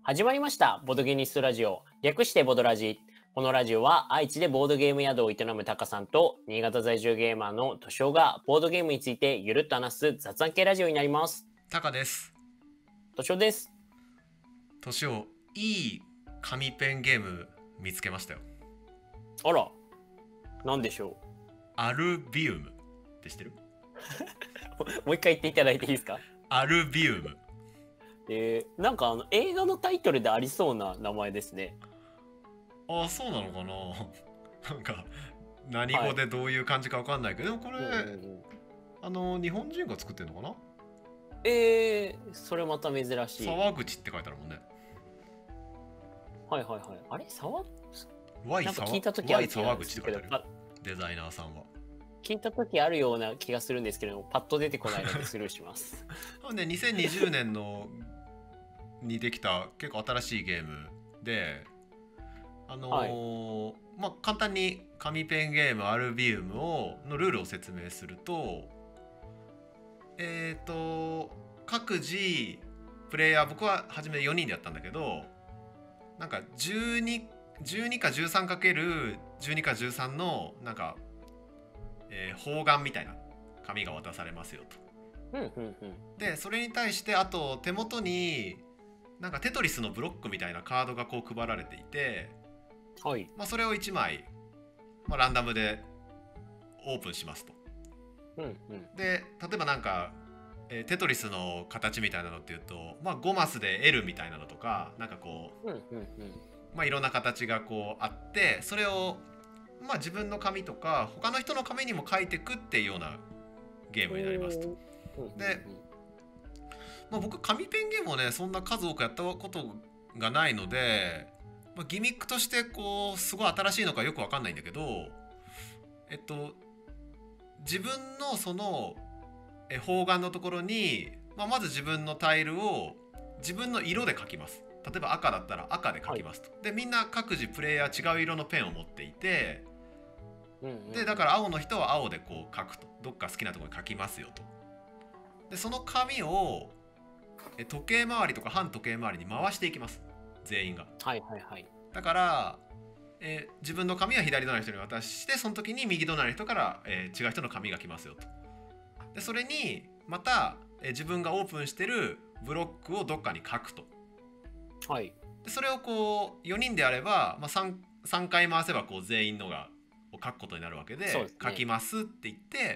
始まりました。ボドゲニストラジオ。略してボドラジ。このラジオは愛知でボードゲーム宿を営むタカさんと新潟在住ゲーマーのトシオがボードゲームについてゆるっと話す雑談系ラジオになります。 タカです。 トシオです。 トシオ、いい紙ペンゲーム見つけましたよ。 あら、なんでしょう。 アルビウムって知ってる？ もう一回言っていただいていいですか？ アルビウム。 なんか映画のタイトルでありそうな名前ですね。 ああ、そうなのかな。なんか何語でどういう感じかわかんないけど、でもこれ、日本人が作ってるのかな。 それまた珍しい。 沢口って書いてあるもんね。 はいはいはい。あれなんか聞いた時ある沢口って書いてあるよ。デザイナーさんは。 聞いた時あるような気がするんですけれども、パッと出てこないのでスルーします。 ね、2020年にできた結構新しいゲームで、簡単に紙ペンゲームアルビウムのルールを説明すると、各自プレイヤー、僕は初め4人でやったんだけど、なんか12か 13×12 か13のなんか、方眼みたいな紙が渡されますよと。でそれに対してあと手元になんかテトリスのブロックみたいなカードがこう配られていて、 はい。 それを1枚、ランダムでオープンしますと。で例えばなんか、テトリスの形みたいなのっていうと、5マスで L みたいなのとか、なんかこう、いろんな形がこうあって、それを自分の紙とか他の人の紙にも書いていくっていうようなゲームになりますと。で、僕紙ペンゲームをねそんな数多くやったことがないので、ギミックとしてこうすごい新しいのかよく分かんないんだけど、自分のその方眼のところに、まず自分のタイルを自分の色で書きます。例えば赤だったら赤で書きますと。でみんな各自プレイヤー違う色のペンを持っていて、でだから青の人は青でこう書くと、どっか好きなところに書きますよと。でその紙を時計回りとか反時計回りに回していきます、全員が。だから、自分の紙は左隣の人に渡して、その時に右隣の人から、違う人の紙が来ますよと。でそれにまた、自分がオープンしてるブロックをどっかに書くと。でそれをこう4人であれば、3回回せばこう全員のがを書くことになるわけで、書きますって言って、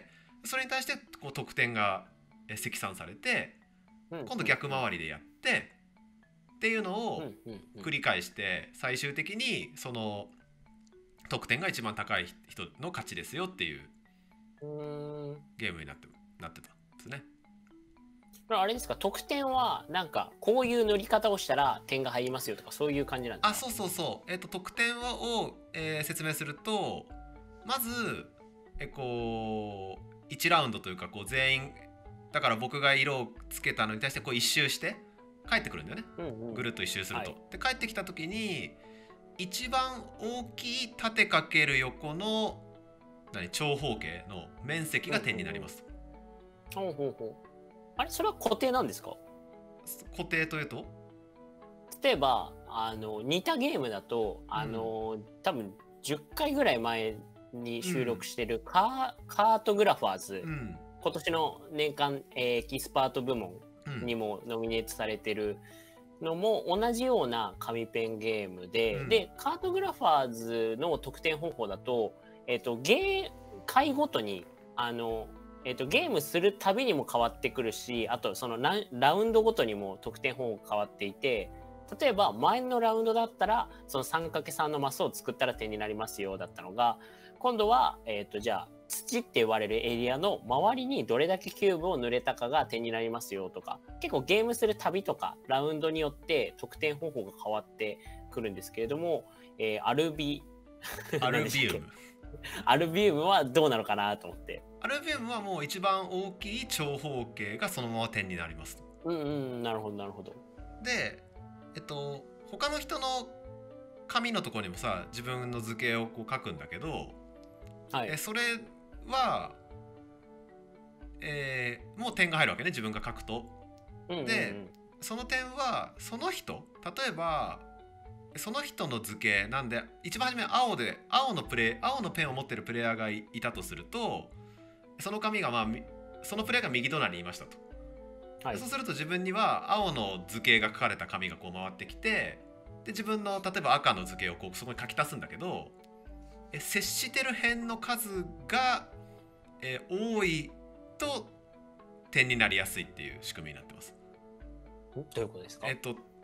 それに対してこう得点が積算されて、今度逆回りでやってっていうのを繰り返して、最終的にその得点が一番高い人の勝ちですよっていうゲームになってたんですね。 あれですか、得点はなんかこういう塗り方をしたら点が入りますよとか、そういう感じなんですか？ そう。得点を、説明すると、まずこう1ラウンドというか、こう全員だから僕が色をつけたのに対してこう一周して帰ってくるんだよね。ぐるっと一周すると。で帰ってきた時に一番大きい縦かける横の長方形の面積が点になります。 あれ、それは固定なんですか？ 固定というと、 例えば似たゲームだと多分10回ぐらい前に収録してるカートグラファーズ、今年の年間、エキスパート部門にもノミネートされてるのも同じような紙ペンゲームで、でカートグラファーズの得点方法だと、回ごとにゲームするたびにも変わってくるし、あとそのラウンドごとにも得点方法が変わっていて、例えば前のラウンドだったらその 3×3 のマスを作ったら点になりますよだったのが、今度は、じゃあ土って言われるエリアの周りにどれだけキューブを塗れたかが点になりますよとか、結構ゲームするたびとかラウンドによって得点方法が変わってくるんですけれども、アルビウムはどうなのかなと思って。 アルビウムはもう一番大きい長方形がそのまま点になります。 なるほどなるほど。 で他の人の紙のところにもさ、自分の図形をこう書くんだけど、それは、もう点が入るわけね、自分が書くと。でその点はその人、例えばその人の図形なんで、一番初め青のペンを持ってるプレイヤーがいたとすると、その紙がそのプレイヤーが右隣にいましたと、はい、そうすると自分には青の図形が書かれた紙がこう回ってきて、で自分の例えば赤の図形をこうそこに書き足すんだけど、接してる辺の数が、多いと点になりやすいっていう仕組みになってます。 どういうことですか？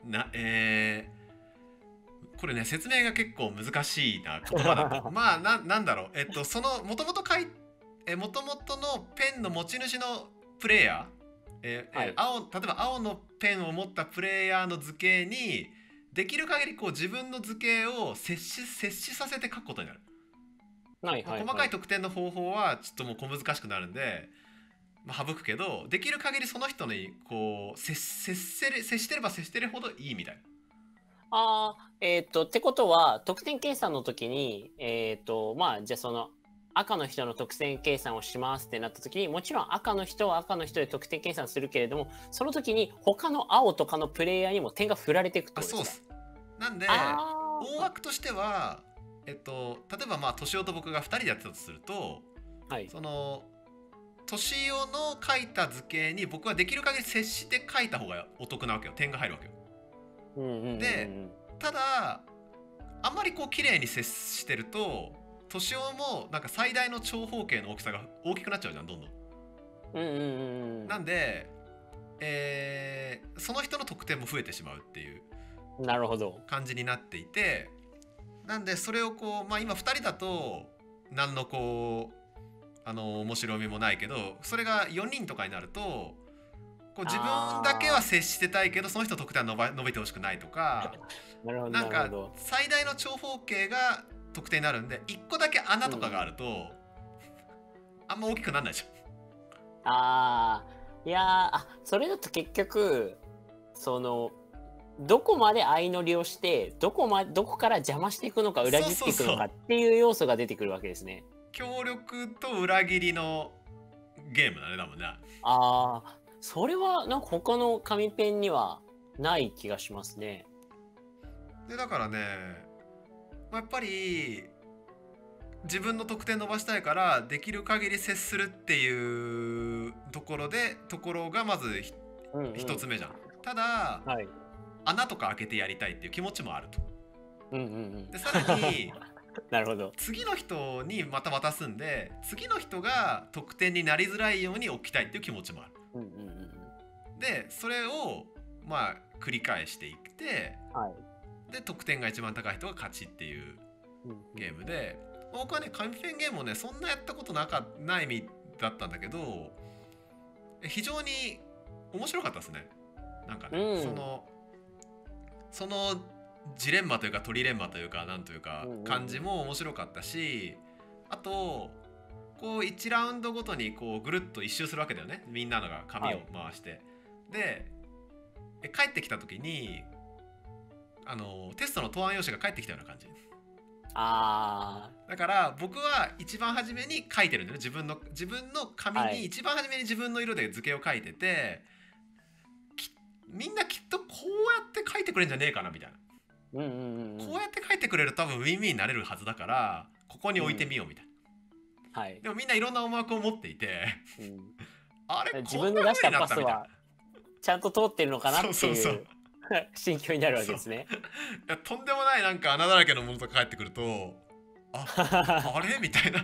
これね、説明が結構難しいな言葉だとまあなんだろう、そのもともとのペンの持ち主のプレイヤー、はい、例えば青のペンを持ったプレイヤーの図形にできる限りこう自分の図形を接しさせて書くことになる。はいはいはい、細かい得点の方法はちょっともう小難しくなるんで、省くけど、できる限りその人にこう接してれば接してるほどいいみたいな。 ってことは得点計算の時にまあじゃあその赤の人の得点計算をしますってなった時に、もちろん赤の人は赤の人で得点計算するけれども、その時に他の青とかのプレイヤーにも点が振られていくってことですか？ そうです。なんで大枠としては、例えばまあ敏夫と僕が2人でやってたとすると、はい、その敏夫の書いた図形に僕はできる限り接して書いた方がお得なわけよ。点が入るわけよ。でただあんまりこう綺麗に接してると敏夫もなんか最大の長方形の大きさが大きくなっちゃうじゃん、どんどん。なんで、その人の得点も増えてしまうっていう感じになっていて、なんでそれをこう、まあ、今2人だと何のこう面白みもないけど、それが4人とかになるとこう自分だけは接してたいけどその人得点は伸びてほしくないとかなんか最大の長方形が得点になるんで、1個だけ穴とかがあると、あんま大きくならないでしょ。 いやそれだと結局そのどこまで相乗りをしてどこから邪魔していくのか裏切っていくのかっていう要素が出てくるわけですね。 協力と裏切りのゲームだね、多分ね。 それはなんか他の紙ペンにはない気がしますね。 でだからね、やっぱり自分の得点伸ばしたいからできる限り接するっていうところがまず一つ目じゃん。ただ、はい、穴とか開けてやりたいっていう気持ちもあると。でさらになるほど、 次の人にまた渡すんで、次の人が得点になりづらいように置きたいっていう気持ちもある。でそれをまあ繰り返していって、はい、で得点が一番高い人が勝ちっていうゲームで、僕はね紙ペンゲームをねそんなやったことない意味だったんだけど、非常に面白かったですね。なんかね、そのジレンマというかトリレンマというかなんというか感じも面白かったし、あとこう1ラウンドごとにこうぐるっと一周するわけだよね、みんなのが紙を回して、はい、で帰ってきた時にテストの答案用紙が返ってきたような感じ。だから僕は一番初めに書いてるんだよね、自分の紙に一番初めに自分の色で図形を書いてて、みんなきっとこうやって書いてくれるんじゃねえかなみたいな。こうやって書いてくれると多分ウィンウィンになれるはずだからここに置いてみようみたいな、はい、でもみんないろんな思惑を持っていて、あれ自分の出したパスはちゃんと通ってるのかなっていう心境になるわけですね。 いやとんでもないなんか穴だらけのものとか返ってくるとあれみたいな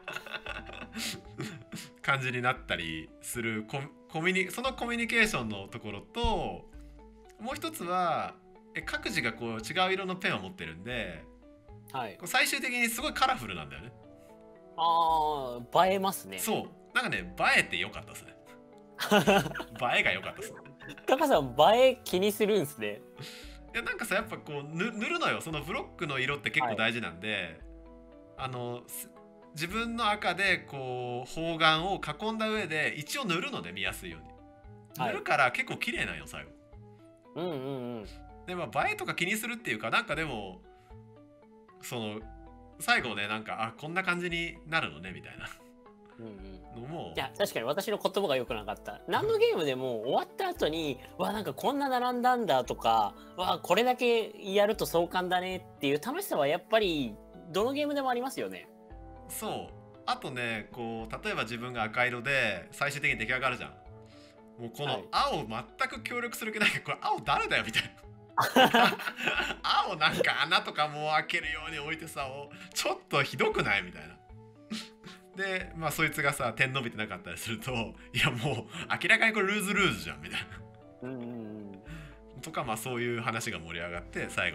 感じになったりするそのコミュニケーションのところと、もう一つは各自がこう違う色のペンを持ってるんで、はい、最終的にすごいカラフルなんだよね。 映えますね。 そうなんかね、映えてよかったですね。映えが良かったです。 タカさん映え気にするんですね。 いやなんかさ、やっぱこう塗るのよ。そのブロックの色って結構大事なんで、はい、自分の赤でこう方眼を囲んだ上で一応塗るので見やすいように、はい、塗るから結構綺麗なんよ最後。で映えとか気にするっていうか、なんかでもその最後ね、なんかこんな感じになるのねみたいなのも、 いや確かに私の言葉が良くなかった。何のゲームでも終わった後になんかこんな並んだんだとかこれだけやると壮観だねっていう楽しさはやっぱりどのゲームでもありますよね。 そうあとねこう例えば自分が赤色で最終的に出来上がるじゃん。もうこの青全く協力する気ないけどこれ青誰だよみたいな青なんか穴とかもう開けるように置いてさちょっとひどくないみたいな。でまあそいつがさ点伸びてなかったりするといやもう明らかにこれルーズルーズじゃんみたいなとかまあそういう話が盛り上がって最後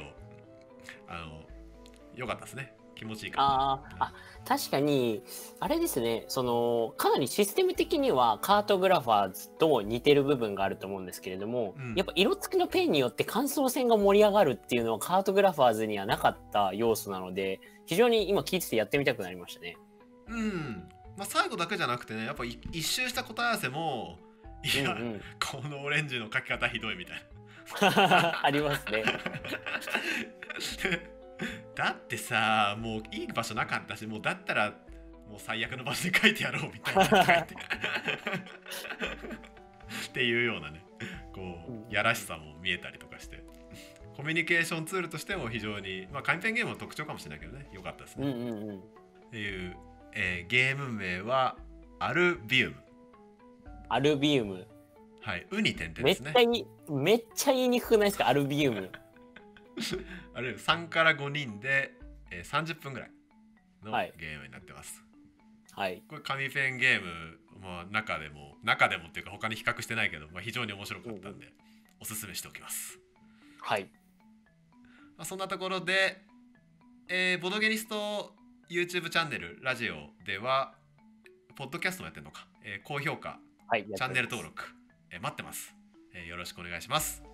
良かったですね。気持ちいいかな。確かにあれですね、かなりシステム的にはカートグラファーズと似てる部分があると思うんですけれども、やっぱ色付きのペンによって感想線が盛り上がるっていうのはカートグラファーズにはなかった要素なので、非常に今聞いててやってみたくなりましたね。 まあ、最後だけじゃなくてね、やっぱ一周した答え合わせもいや、このオレンジの書き方ひどいみたいなありますねだってさもういい場所なかったし、もうだったらもう最悪の場所で書いてやろうみたいなっていうようなねこうやらしさも見えたりとかして、コミュニケーションツールとしても非常に、まあ、紙ペンゲームの特徴かもしれないけどね、良かったですね。っていう、ゲーム名はアルビウム。 アルビウム。 はい、ウに点々ですね。 めっちゃ言いにくくないですか、アルビウム。 あれ3から5人で、30分ぐらいのゲームになってます。 はい。 これ紙ペンゲーム、まあ、中でもっていうか他に比較してないけど、まあ、非常に面白かったんで、おすすめしておきます。 はい。 まあ、そんなところで、ボドゲニスト YouTube チャンネルラジオではポッドキャストもやってるのか、高評価、チャンネル登録、待ってます、よろしくお願いします。